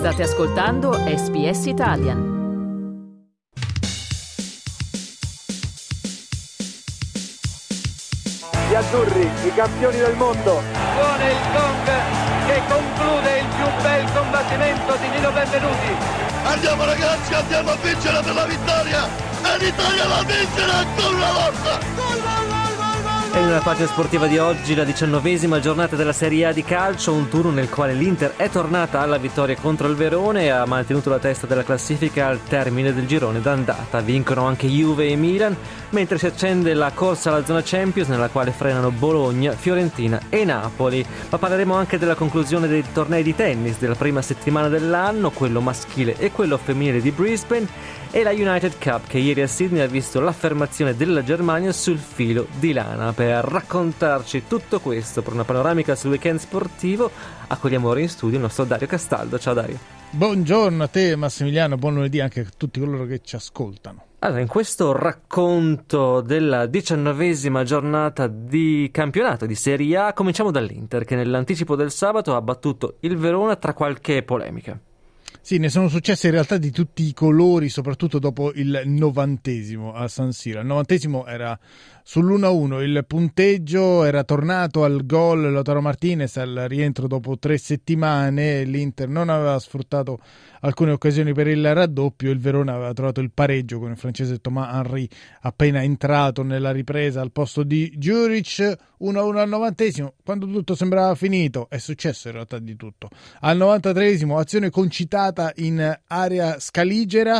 State ascoltando SBS Italian. Gli azzurri, i campioni del mondo. Suona il gong che conclude il più bel combattimento di Nino Benvenuti. Andiamo ragazzi, andiamo a vincere per la vittoria! E l'Italia va a vincere ancora una volta! E nella pagina sportiva di oggi la 19ª giornata della Serie A di calcio, un turno nel quale l'Inter è tornata alla vittoria contro il Verona e ha mantenuto la testa della classifica al termine del girone d'andata. Vincono anche Juve e Milan, mentre si accende la corsa alla zona Champions, nella quale frenano Bologna, Fiorentina e Napoli. Ma parleremo anche della conclusione dei tornei di tennis della prima settimana dell'anno, quello maschile e quello femminile di Brisbane, e la United Cup, che ieri a Sydney ha visto l'affermazione della Germania sul filo di lana. Per raccontarci tutto questo, per una panoramica sul weekend sportivo, accogliamo ora in studio il nostro Dario Castaldo. Ciao Dario. Buongiorno a te Massimiliano, buon lunedì anche a tutti coloro che ci ascoltano. Allora, in questo racconto della 19ª giornata di campionato di Serie A cominciamo dall'Inter, che nell'anticipo del sabato ha battuto il Verona tra qualche polemica. Sì, ne sono successe in realtà di tutti i colori, soprattutto dopo il 90° a San Siro. Il 90° era sull'1-1, il punteggio era tornato al gol Lautaro Martinez al rientro dopo 3 settimane, l'Inter non aveva sfruttato alcune occasioni per il raddoppio, il Verona aveva trovato il pareggio con il francese Thomas Henry appena entrato nella ripresa al posto di Juric. 1-1 al 90°, quando tutto sembrava finito è successo in realtà di tutto. Al 93° azione concitata in area scaligera,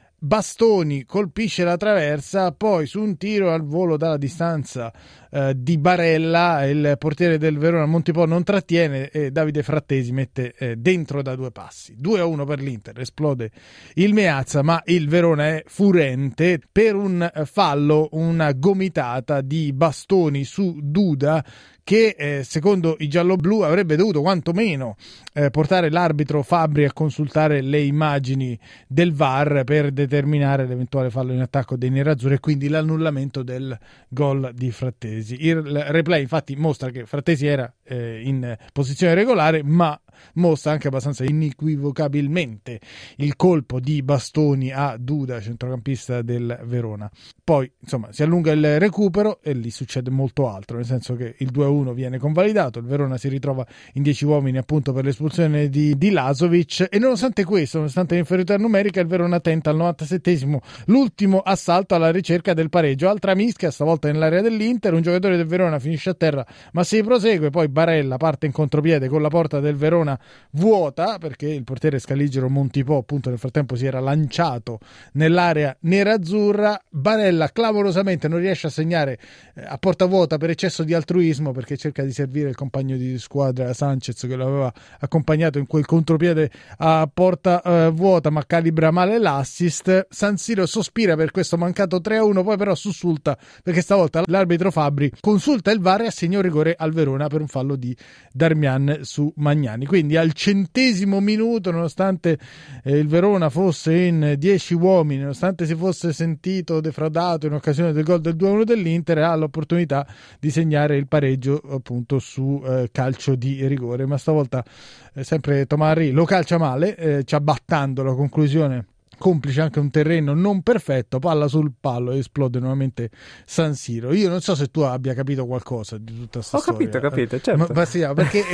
Bastoni colpisce la traversa, poi su un tiro al volo dalla distanza di Barella il portiere del Verona Montipò non trattiene e Davide Frattesi mette dentro da 2 passi. 2-1 per l'Inter, esplode il Meazza, ma il Verona è furente per un fallo, una gomitata di Bastoni su Duda, che secondo i gialloblu avrebbe dovuto quantomeno portare l'arbitro Fabbri a consultare le immagini del VAR per determinare l'eventuale fallo in attacco dei nerazzurri e quindi l'annullamento del gol di Frattesi. Il replay infatti mostra che Frattesi era in posizione regolare, ma mostra anche abbastanza inequivocabilmente il colpo di Bastoni a Duda, centrocampista del Verona. Poi insomma si allunga il recupero e lì succede molto altro, nel senso che il 2-1 viene convalidato, il Verona si ritrova in 10 uomini appunto per l'espulsione di Lazovic e nonostante questo, nonostante l'inferiorità numerica, il Verona tenta al 97° l'ultimo assalto alla ricerca del pareggio, altra mischia stavolta nell'area dell'Inter, un giocatore del Verona finisce a terra ma si prosegue, poi Barella parte in contropiede con la porta del Verona vuota perché il portiere scaligero Montipò appunto nel frattempo si era lanciato nell'area nerazzurra. Barella clamorosamente non riesce a segnare a porta vuota per eccesso di altruismo, perché cerca di servire il compagno di squadra Sanchez che lo aveva accompagnato in quel contropiede a porta vuota, ma calibra male l'assist. San Siro sospira per questo mancato 3-1, poi però sussulta perché stavolta l'arbitro Fabbri consulta il VAR e assegna un rigore al Verona per un fallo di Darmian su Magnani. Quindi al 100° minuto, nonostante il Verona fosse in 10 uomini, nonostante si fosse sentito defraudato in occasione del gol del 2-1 dell'Inter, ha l'opportunità di segnare il pareggio appunto su calcio di rigore, ma stavolta sempre Tomari lo calcia male, ciabattando la conclusione, complice anche un terreno non perfetto, palla sul palo e esplode nuovamente San Siro. Io non so se tu abbia capito qualcosa di tutta questa storia. Ho capito, certo. Ma sì,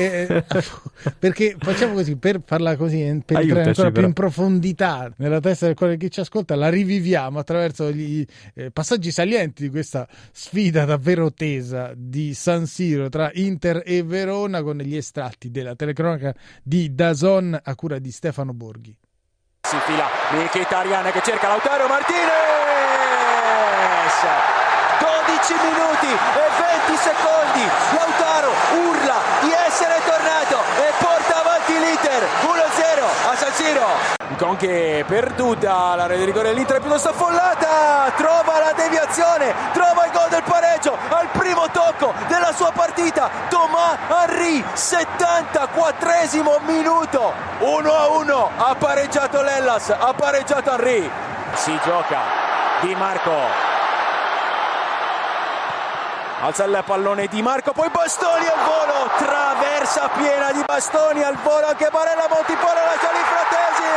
perché facciamo così, per farla così, per entrare ancora più in profondità nella testa del cuore di chi ci ascolta, la riviviamo attraverso gli passaggi salienti di questa sfida davvero tesa di San Siro tra Inter e Verona, con gli estratti della telecronaca di DAZN a cura di Stefano Borghi. Si fila Mkhitaryan che cerca Lautaro Martinez, 12 minuti e 20 secondi, Lautaro urla di essere tornato e porta avanti l'Inter 1-0 a San Siro. Conche perduta, l'area di rigore dell'Inter è piuttosto affollata, trova la deviazione, trova il gol del pareggio al primo tocco della sua partita, Thomas Henry, 74° minuto, 1-1, ha pareggiato l'Hellas, ha pareggiato Henry. Si gioca Di Marco, alza il pallone Di Marco, poi Bastoni al volo, traversa difesa piena di bastoni, al volo anche Barella, Montipolo, lascia lì Fratesi.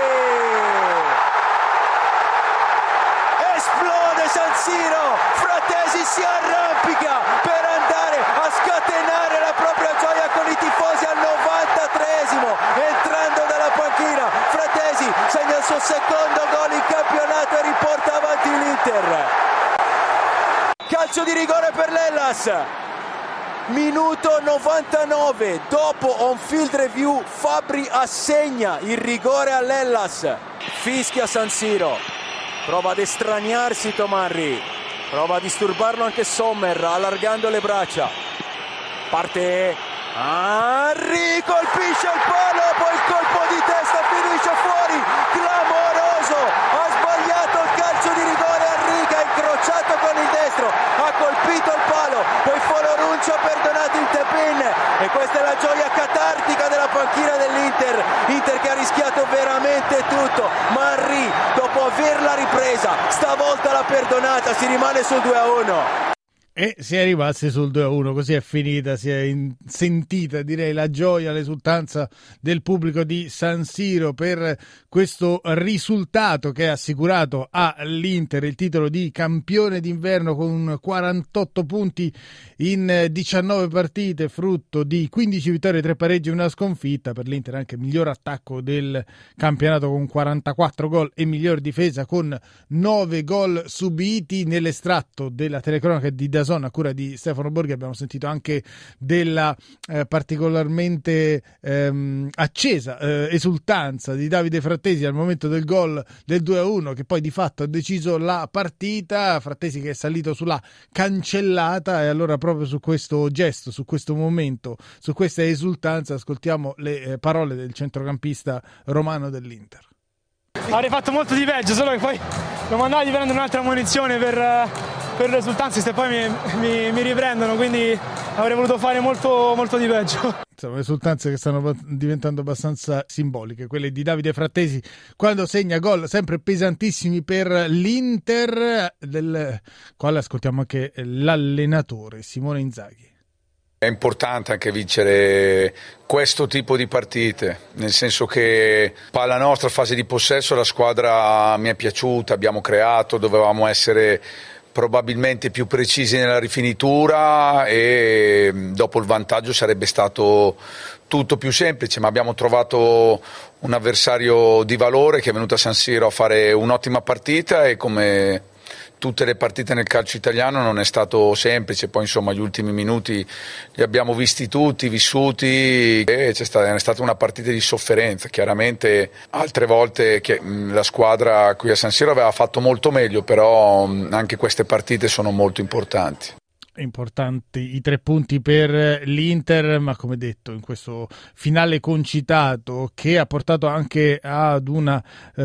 Esplode San Siro, Fratesi si arrampica per andare a scatenare la propria gioia con i tifosi al 93esimo, entrando dalla panchina. Fratesi segna il suo secondo gol in campionato e riporta avanti l'Inter. Calcio di rigore per l'Hellas. Minuto 99, dopo on-field review Fabbri assegna il rigore all'Hellas. Fischia San Siro, prova ad estraniarsi Tomarri, prova a disturbarlo anche Sommer allargando le braccia. Parte Henry, colpisce il palo, poi il colpo di testa finisce fuori, clamoroso, ha sbagliato il calcio di rigore Henry, che ha incrociato con il destro, ha colpito il palo, poi Foloruncia ha perdonato il tap-in e questa è la gioia catartica della panchina dell'Inter. Inter che ha rischiato veramente tutto, ma Henry dopo averla ripresa stavolta l'ha perdonata, si rimane sul 2-1. E si è rimasti sul 2-1, così è finita, si è sentita, direi, la gioia, l'esultanza del pubblico di San Siro per questo risultato che ha assicurato all'Inter il titolo di campione d'inverno con 48 punti in 19 partite, frutto di 15 vittorie, 3 pareggi e una sconfitta. Per l'Inter anche miglior attacco del campionato con 44 gol e miglior difesa con 9 gol subiti. Nell'estratto della telecronaca di DAZN a cura di Stefano Borghi abbiamo sentito anche della particolarmente accesa esultanza di Davide Fratesi al momento del gol del 2-1, che poi di fatto ha deciso la partita. Fratesi che è salito sulla cancellata, e allora proprio su questo gesto, su questo momento, su questa esultanza ascoltiamo le parole del centrocampista romano dell'Inter. Avrei fatto molto di peggio, solo che poi lo mandavo di prendere un'altra munizione per le esultanze, se poi mi riprendono, quindi avrei voluto fare molto, molto di peggio. Insomma, esultanze che stanno diventando abbastanza simboliche, quelle di Davide Fratesi quando segna gol sempre pesantissimi per l'Inter, del quale ascoltiamo anche l'allenatore Simone Inzaghi. È importante anche vincere questo tipo di partite, nel senso che la nostra fase di possesso la squadra mi è piaciuta, abbiamo creato, dovevamo essere probabilmente più precisi nella rifinitura e dopo il vantaggio sarebbe stato tutto più semplice, ma abbiamo trovato un avversario di valore che è venuto a San Siro a fare un'ottima partita e come tutte le partite nel calcio italiano non è stato semplice, poi insomma gli ultimi minuti li abbiamo visti tutti, vissuti e è stata una partita di sofferenza. Chiaramente altre volte che la squadra qui a San Siro aveva fatto molto meglio, però anche queste partite sono molto importanti. Importanti i 3 punti per l'Inter, ma come detto in questo finale concitato che ha portato anche ad una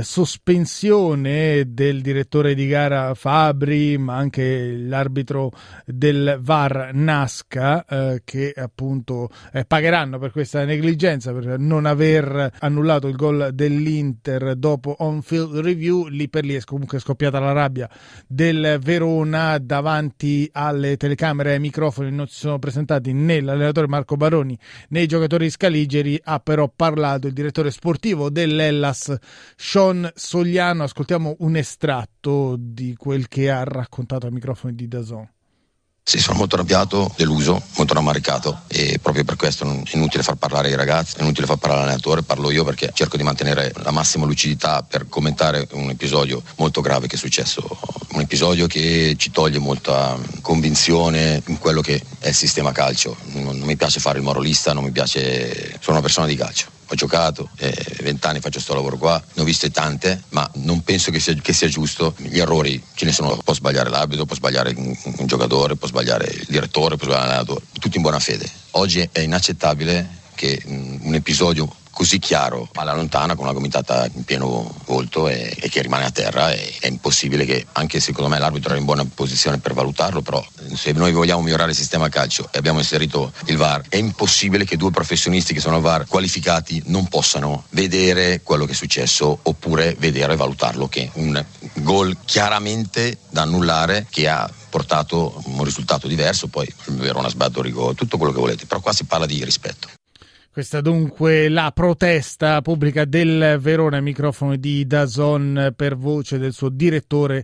sospensione del direttore di gara Fabbri, ma anche l'arbitro del VAR Nasca, che appunto pagheranno per questa negligenza, per non aver annullato il gol dell'Inter dopo on-field review. Lì per lì è comunque scoppiata la rabbia del Verona. Davanti alle telecamere e ai microfoni non si sono presentati né l'allenatore Marco Baroni né i giocatori scaligeri. Ha però parlato il direttore sportivo dell'Hellas Sean Sogliano. Ascoltiamo un estratto di quel che ha raccontato ai microfoni di DAZN. Sì, sono molto arrabbiato, deluso, molto rammaricato e proprio per questo è inutile far parlare i ragazzi, è inutile far parlare l'allenatore, parlo io perché cerco di mantenere la massima lucidità per commentare un episodio molto grave che è successo, un episodio che ci toglie molta convinzione in quello che è il sistema calcio. Non mi piace fare il moralista, non mi piace, sono una persona di calcio. Ho giocato, 20 anni faccio sto lavoro qua, ne ho viste tante, ma non penso che sia giusto. Gli errori ce ne sono, può sbagliare l'arbitro, può sbagliare un giocatore, può sbagliare il direttore, può sbagliare l'allenatore, tutti in buona fede. Oggi è inaccettabile che un episodio così chiaro alla lontana con una gomitata in pieno volto e che rimane a terra, è impossibile che, anche secondo me l'arbitro era in buona posizione per valutarlo, però se noi vogliamo migliorare il sistema calcio e abbiamo inserito il VAR, è impossibile che 2 professionisti che sono VAR qualificati non possano vedere quello che è successo oppure vedere e valutarlo, che un gol chiaramente da annullare che ha portato un risultato diverso. Poi il Verona sbatte il rigore, tutto quello che volete, però qua si parla di rispetto. Questa dunque la protesta pubblica del Verona ai microfoni di DAZN per voce del suo direttore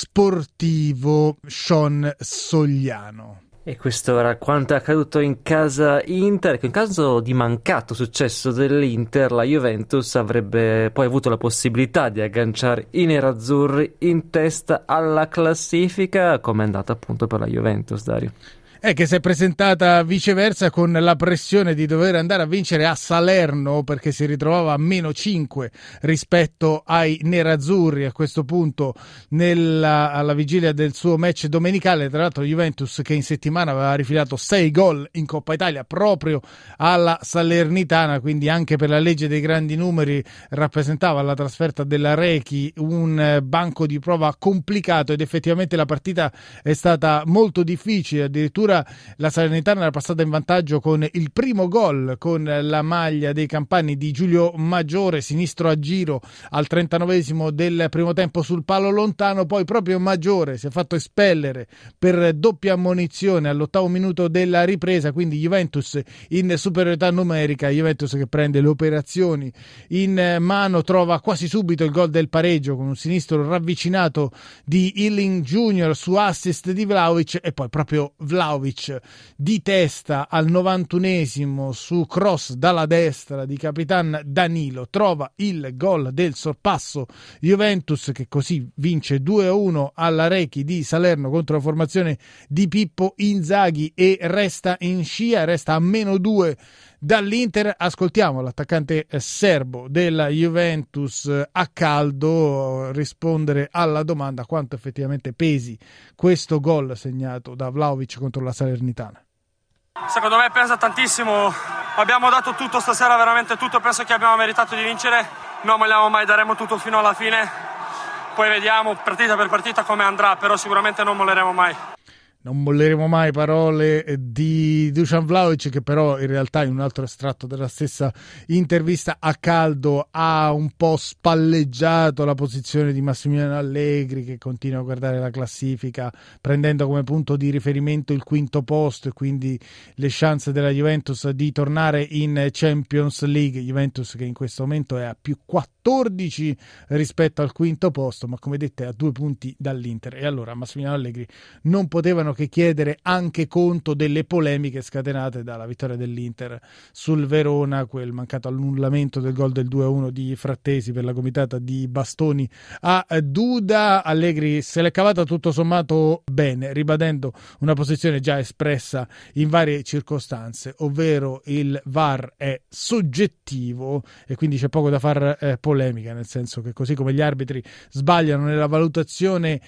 sportivo Sean Sogliano. E questo era quanto è accaduto in casa Inter. In caso di mancato successo dell'Inter, la Juventus avrebbe poi avuto la possibilità di agganciare i nerazzurri in testa alla classifica. Come è andata appunto per la Juventus, Dario? Che si è presentata viceversa con la pressione di dover andare a vincere a Salerno, perché si ritrovava a -5 rispetto ai nerazzurri a questo punto alla vigilia del suo match domenicale. Tra l'altro Juventus che in settimana aveva rifilato 6 gol in Coppa Italia proprio alla Salernitana, quindi anche per la legge dei grandi numeri rappresentava la trasferta della Rechi un banco di prova complicato, ed effettivamente la partita è stata molto difficile. Addirittura la Salernitana era passata in vantaggio con il primo gol con la maglia dei campani di Giulio Maggiore, sinistro a giro al 39esimo del primo tempo sul palo lontano. Poi proprio Maggiore si è fatto espellere per doppia ammonizione all'8° minuto della ripresa, quindi Juventus in superiorità numerica. Juventus che prende le operazioni in mano, trova quasi subito il gol del pareggio con un sinistro ravvicinato di Ealing Junior su assist di Vlahovic, e poi proprio Vlahovic di testa al 91esimo su cross dalla destra di Capitan Danilo trova il gol del sorpasso. Juventus che così vince 2-1 alla Rechi di Salerno contro la formazione di Pippo Inzaghi e resta in scia, resta a -2 dall'Inter. Ascoltiamo l'attaccante serbo della Juventus a caldo rispondere alla domanda quanto effettivamente pesi questo gol segnato da Vlahovic contro la Salernitana. Secondo me pesa tantissimo, abbiamo dato tutto stasera, veramente tutto, penso che abbiamo meritato di vincere, non molliamo mai, daremo tutto fino alla fine, poi vediamo partita per partita come andrà, però sicuramente non molleremo mai. Non molleremo mai, parole di Dusan Vlahovic, che però in realtà in un altro estratto della stessa intervista a caldo ha un po' spalleggiato la posizione di Massimiliano Allegri, che continua a guardare la classifica prendendo come punto di riferimento il 5° posto e quindi le chance della Juventus di tornare in Champions League. Juventus che in questo momento è a +14 rispetto al 5° posto, ma come detto è a 2 punti dall'Inter. E allora Massimiliano Allegri non potevano che chiedere anche conto delle polemiche scatenate dalla vittoria dell'Inter sul Verona, quel mancato annullamento del gol del 2-1 di Frattesi per la gomitata di bastoni a Duda. Allegri se l'è cavata tutto sommato bene, ribadendo una posizione già espressa in varie circostanze, ovvero il VAR è soggettivo e quindi c'è poco da far polemica, nel senso che così come gli arbitri sbagliano nella valutazione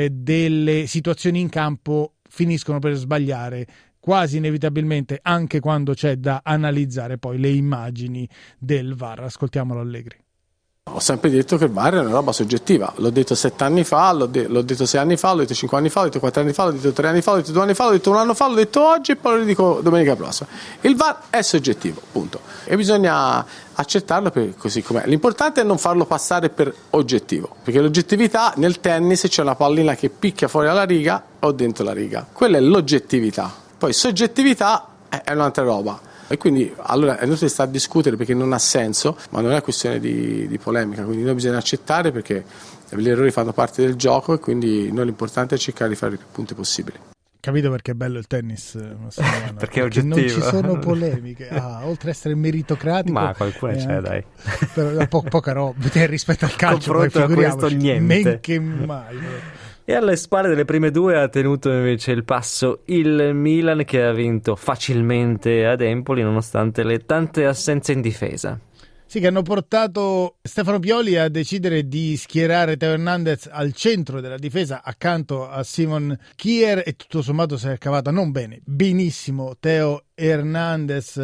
delle situazioni in campo, finiscono per sbagliare quasi inevitabilmente anche quando c'è da analizzare poi le immagini del VAR. Ascoltiamolo Allegri. Ho sempre detto che il VAR è una roba soggettiva, l'ho detto 7 anni fa, l'ho detto 6 anni fa, l'ho detto 5 anni fa, l'ho detto 4 anni fa, l'ho detto 3 anni fa, l'ho detto 2 anni fa, l'ho detto 1 anno fa, l'ho detto oggi e poi lo dico domenica prossima. Il VAR è soggettivo, punto. E bisogna accettarlo per così com'è. L'importante è non farlo passare per oggettivo, perché l'oggettività nel tennis c'è una pallina che picchia fuori dalla riga o dentro la riga. Quella è l'oggettività. Poi soggettività è un'altra roba. E quindi allora è inutile stare a discutere perché non ha senso, ma non è questione di polemica, quindi noi bisogna accettare perché gli errori fanno parte del gioco e quindi noi l'importante è cercare di fare i più punti possibili. Capito perché è bello il tennis, perché è oggettivo, non ci sono polemiche, oltre ad essere meritocratico, ma qualcuno c'è, dai, però poca roba rispetto al calcio, confronto a questo niente, men che mai. E alle spalle delle prime due ha tenuto invece il passo il Milan, che ha vinto facilmente ad Empoli nonostante le tante assenze in difesa. Sì, che hanno portato Stefano Pioli a decidere di schierare Teo Hernandez al centro della difesa accanto a Simon Kjær, e tutto sommato si è cavata non bene, benissimo Teo Hernandez,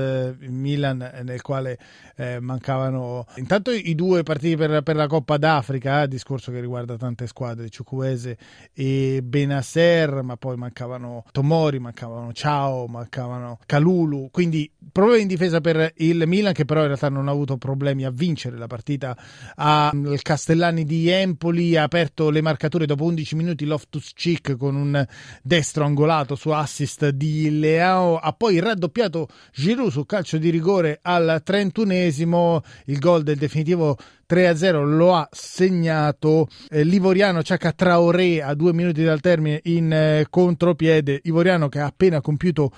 Milan nel quale mancavano intanto i 2 partiti per la Coppa d'Africa, discorso che riguarda tante squadre, Chukwueze e Benasser, ma poi mancavano Tomori, mancavano Ciao, mancavano Kalulu, quindi problemi in difesa per il Milan, che però in realtà non ha avuto problemi a vincere la partita al Castellani di Empoli. Ha aperto le marcature dopo 11 minuti Loftus-Cheek con un destro angolato su assist di Leao. Ha poi raddoppiato Giroud su calcio di rigore al 31esimo. Il gol del definitivo 3-0 lo ha segnato l'ivoriano Chaka Traoré a 2 minuti dal termine in contropiede. Ivoriano che ha appena compiuto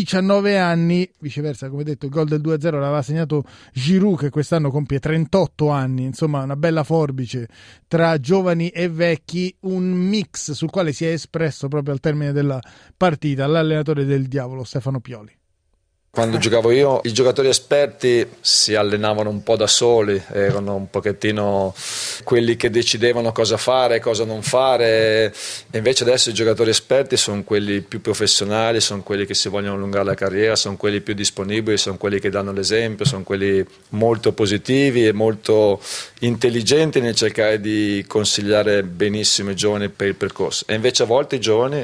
19 anni, viceversa come detto il gol del 2-0 l'aveva segnato Giroud che quest'anno compie 38 anni, insomma una bella forbice tra giovani e vecchi, un mix sul quale si è espresso proprio al termine della partita l'allenatore del Diavolo Stefano Pioli. Quando giocavo io i giocatori esperti si allenavano un po' da soli, erano un pochettino quelli che decidevano cosa fare, cosa non fare, e invece adesso i giocatori esperti sono quelli più professionali, sono quelli che si vogliono allungare la carriera, sono quelli più disponibili, sono quelli che danno l'esempio, sono quelli molto positivi e molto intelligenti nel cercare di consigliare benissimo i giovani per il percorso. E invece a volte i giovani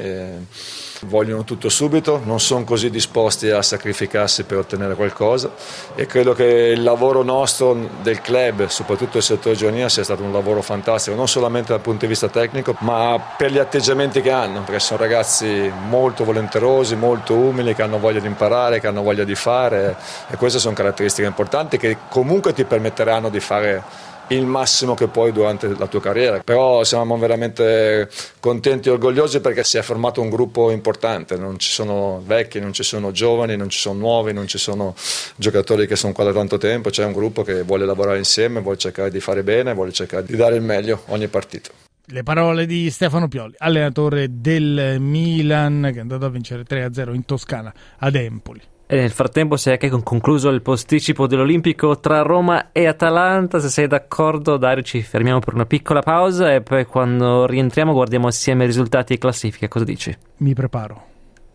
vogliono tutto subito, non sono così disposti a sacrificarsi per ottenere qualcosa, e credo che il lavoro nostro del club, soprattutto il settore giovanile, sia stato un lavoro fantastico, non solamente dal punto di vista tecnico ma per gli atteggiamenti che hanno, perché sono ragazzi molto volenterosi, molto umili, che hanno voglia di imparare, che hanno voglia di fare, e queste sono caratteristiche importanti che comunque ti permetteranno di fare il massimo che puoi durante la tua carriera. Però siamo veramente contenti e orgogliosi perché si è formato un gruppo importante, non ci sono vecchi, non ci sono giovani, non ci sono nuovi, non ci sono giocatori che sono qua da tanto tempo, c'è un gruppo che vuole lavorare insieme, vuole cercare di fare bene, vuole cercare di dare il meglio ogni partita. Le parole di Stefano Pioli, allenatore del Milan, che è andato a vincere 3-0 in Toscana ad Empoli. E nel frattempo si è anche concluso il posticipo dell'Olimpico tra Roma e Atalanta. Se sei d'accordo, Dario, ci fermiamo per una piccola pausa e poi quando rientriamo guardiamo assieme i risultati e classifiche. Cosa dici? Mi preparo.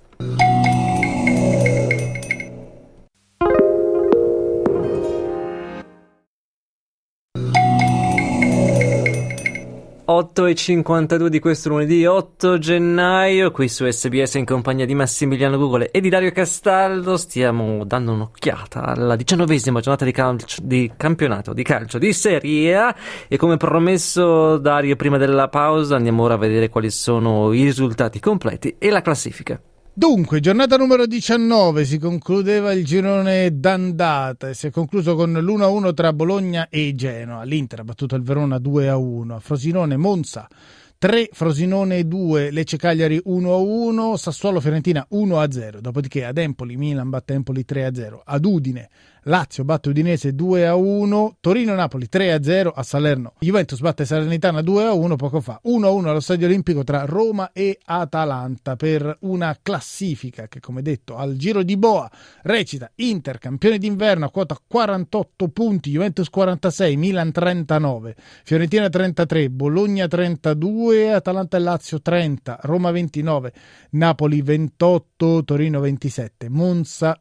8:52 di questo lunedì 8 gennaio, qui su SBS in compagnia di Massimiliano Gugole e di Dario Castaldo. Stiamo dando un'occhiata alla 19esima giornata di campionato di calcio di Serie A e come promesso, Dario, prima della pausa andiamo ora a vedere quali sono i risultati completi e la classifica. Dunque, giornata numero 19, si concludeva il girone d'andata e si è concluso con l'1-1 tra Bologna e Genoa. L'Inter ha battuto il Verona 2-1, a Frosinone Monza 3, Frosinone 2, Lecce Cagliari 1-1, Sassuolo Fiorentina 1-0, dopodiché ad Empoli Milan batte Empoli 3-0, ad Udine Lazio batte Udinese 2-1, Torino-Napoli 3-0, a Salerno Juventus batte Salernitana 2-1, poco fa 1-1 allo Stadio Olimpico tra Roma e Atalanta, per una classifica che, come detto, al giro di boa recita: Inter campione d'inverno a quota 48 punti, Juventus 46, Milan 39, Fiorentina 33, Bologna 32, Atalanta e Lazio 30, Roma 29, Napoli 28, Torino 27, Monza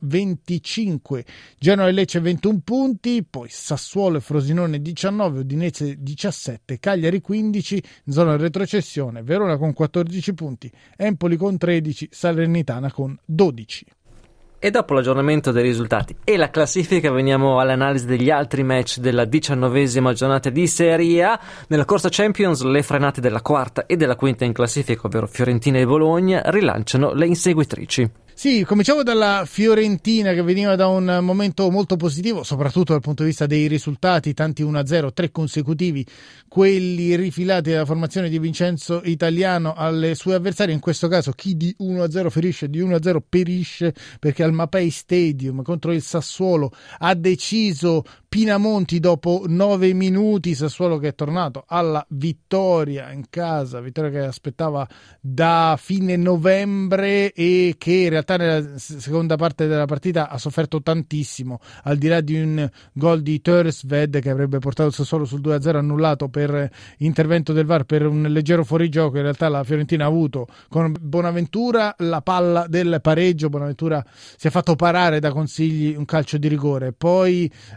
25, Genoa e Lecce 21 punti, poi Sassuolo e Frosinone 19, Udinese 17, Cagliari 15, in zona retrocessione Verona con 14 punti, Empoli con 13, Salernitana con 12. E dopo l'aggiornamento dei risultati e la classifica veniamo all'analisi degli altri match della 19esima giornata di Serie A. Nella corsa Champions le frenate della quarta e della quinta in classifica, ovvero Fiorentina e Bologna, rilanciano le inseguitrici. Sì, cominciamo dalla Fiorentina che veniva da un momento molto positivo, soprattutto dal punto di vista dei risultati, tanti 1-0, 3 consecutivi, quelli rifilati dalla formazione di Vincenzo Italiano alle sue avversarie. In questo caso chi di 1-0 ferisce, di 1-0 perisce, perché al Mapei Stadium contro il Sassuolo ha deciso Pinamonti dopo 9 minuti, Sassuolo che è tornato alla vittoria in casa, vittoria che aspettava da fine novembre e che in realtà nella seconda parte della partita ha sofferto tantissimo, al di là di un gol di Töresved che avrebbe portato il Sassuolo sul 2-0 annullato per intervento del VAR per un leggero fuorigioco. In realtà la Fiorentina ha avuto con Bonaventura la palla del pareggio, Bonaventura si è fatto parare da Consigli un calcio di rigore, poi anche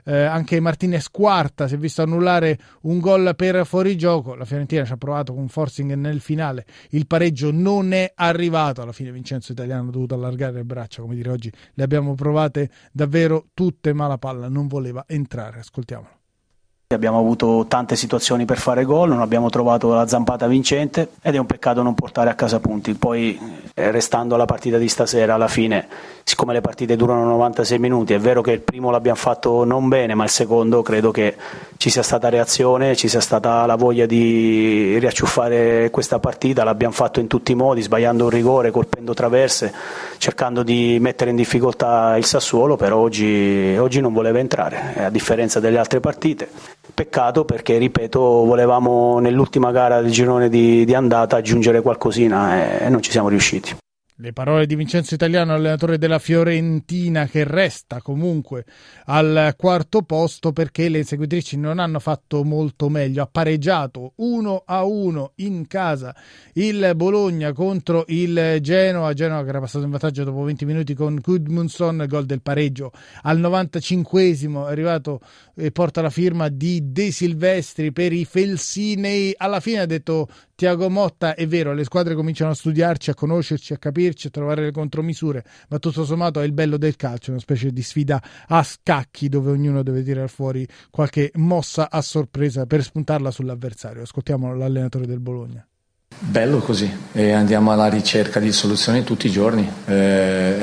anche Martinez quarta, si è visto annullare un gol per fuorigioco. La Fiorentina ci ha provato con forcing nel finale, il pareggio non è arrivato, alla fine Vincenzo Italiano ha dovuto allargare le braccia, come dire, oggi le abbiamo provate davvero tutte, ma la palla non voleva entrare. Ascoltiamolo. Abbiamo avuto tante situazioni per fare gol, non abbiamo trovato la zampata vincente ed è un peccato non portare a casa punti. Poi restando alla partita di stasera, alla fine, siccome le partite durano 96 minuti, è vero che il primo l'abbiamo fatto non bene, ma il secondo credo che ci sia stata reazione, ci sia stata la voglia di riacciuffare questa partita. L'abbiamo fatto in tutti i modi, sbagliando un rigore, colpendo traverse, cercando di mettere in difficoltà il Sassuolo, però oggi non voleva entrare, a differenza delle altre partite. Peccato, perché ripeto, volevamo nell'ultima gara del girone di andata aggiungere qualcosina e non ci siamo riusciti. Le parole di Vincenzo Italiano, allenatore della Fiorentina, che resta comunque al quarto posto perché le inseguitrici non hanno fatto molto meglio. Ha pareggiato 1-1 in casa il Bologna contro il Genoa che era passato in vantaggio dopo 20 minuti con Gudmundsson, gol del pareggio al 95esimo, è arrivato e porta la firma di De Silvestri per i Felsinei. Alla fine ha detto Thiago Motta: è vero, le squadre cominciano a studiarci, a conoscerci, a capirci, a trovare le contromisure, ma tutto sommato è il bello del calcio, una specie di sfida a scacchi dove ognuno deve tirare fuori qualche mossa a sorpresa per spuntarla sull'avversario. Ascoltiamo l'allenatore del Bologna. Bello così, e andiamo alla ricerca di soluzioni tutti i giorni, è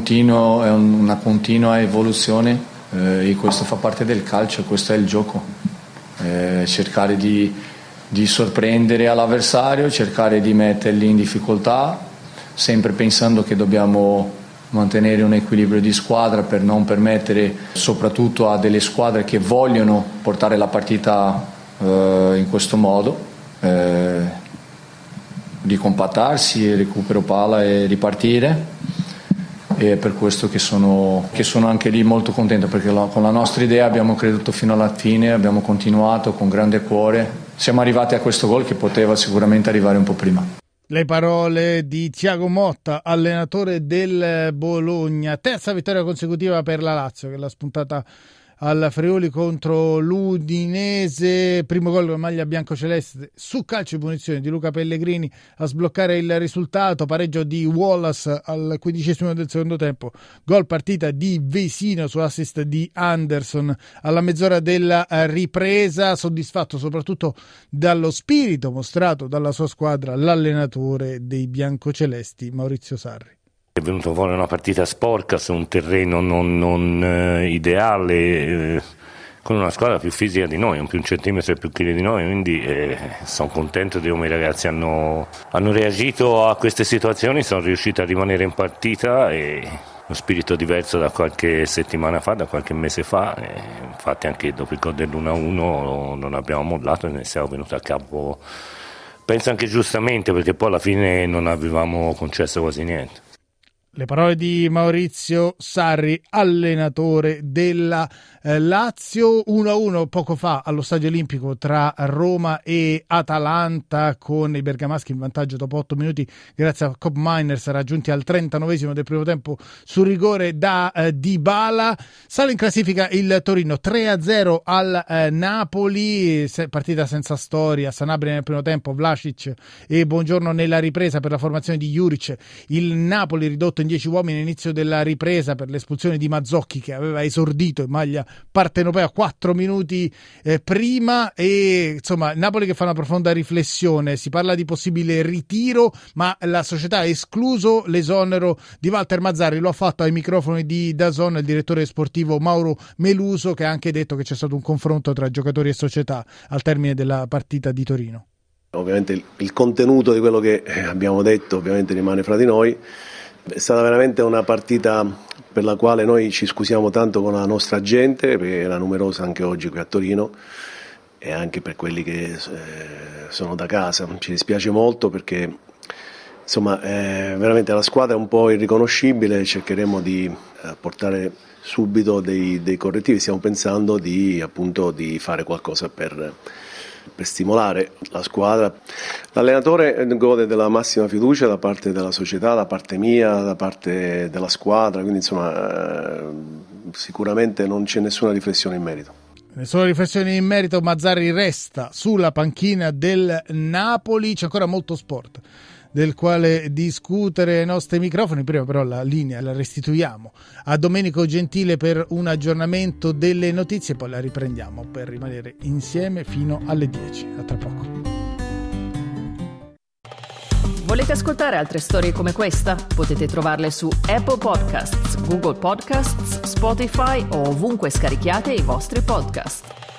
una continua evoluzione, e questo fa parte del calcio, questo è il gioco, cercare di sorprendere all'avversario, cercare di metterli in difficoltà, sempre pensando che dobbiamo mantenere un equilibrio di squadra per non permettere, soprattutto a delle squadre che vogliono portare la partita in questo modo, di compattarsi, recupero palla e ripartire. E è per questo che sono anche lì molto contento, perché con la nostra idea abbiamo creduto fino alla fine, abbiamo continuato con grande cuore, siamo arrivati a questo gol che poteva sicuramente arrivare un po' prima. Le parole di Thiago Motta, allenatore del Bologna. Terza vittoria consecutiva per la Lazio, che l'ha spuntata al Friuli contro l'Udinese. Primo gol con maglia biancoceleste su calcio di punizione di Luca Pellegrini a sbloccare il risultato. Pareggio di Wallace al 15° del secondo tempo. Gol partita di Vesino su assist di Anderson alla mezz'ora della ripresa. Soddisfatto soprattutto dallo spirito mostrato dalla sua squadra l'allenatore dei biancocelesti, Maurizio Sarri. È venuto fuori una partita sporca su un terreno non ideale, con una squadra più fisica di noi, più 1 centimetro e più chili di noi, quindi sono contento di come i ragazzi hanno reagito a queste situazioni, sono riusciti a rimanere in partita e uno spirito diverso da qualche settimana fa, da qualche mese fa, infatti anche dopo il gol dell'1-1 non abbiamo mollato e ne siamo venuti a capo, penso anche giustamente, perché poi alla fine non avevamo concesso quasi niente. Le parole di Maurizio Sarri, allenatore della Lazio. 1-1 poco fa allo Stadio Olimpico tra Roma e Atalanta, con i bergamaschi in vantaggio dopo 8 minuti grazie a Kob Miners, raggiunti al 39esimo del primo tempo su rigore da Dybala. Sale in classifica il Torino 3-0 al Napoli, partita senza storia. Sanabria nel primo tempo, Vlasic e Buongiorno nella ripresa per la formazione di Juric. Il Napoli ridotto in 10 uomini all'inizio della ripresa per l'espulsione di Mazzocchi, che aveva esordito in maglia partenopea 4 minuti prima. E insomma Napoli che fa una profonda riflessione, si parla di possibile ritiro, ma la società ha escluso l'esonero di Walter Mazzarri. Lo ha fatto ai microfoni di DAZN il direttore sportivo Mauro Meluso, che ha anche detto che c'è stato un confronto tra giocatori e società al termine della partita di Torino. Ovviamente il contenuto di quello che abbiamo detto ovviamente rimane fra di noi. È stata veramente una partita per la quale noi ci scusiamo tanto con la nostra gente, perché era numerosa anche oggi qui a Torino, e anche per quelli che sono da casa. Ci dispiace molto perché insomma veramente la squadra è un po' irriconoscibile. Cercheremo di portare subito dei correttivi, stiamo pensando di fare qualcosa per stimolare la squadra. L'allenatore gode della massima fiducia da parte della società, da parte mia, da parte della squadra, quindi insomma sicuramente non c'è nessuna riflessione in merito. Nessuna riflessione in merito, Mazzarri resta sulla panchina del Napoli, c'è ancora molto sport del quale discutere ai nostri microfoni. Prima però la linea la restituiamo a Domenico Gentile per un aggiornamento delle notizie, poi la riprendiamo per rimanere insieme fino alle 10. A tra poco. Volete ascoltare altre storie come questa? Potete trovarle su Apple Podcasts, Google Podcasts, Spotify o ovunque scarichiate i vostri podcast.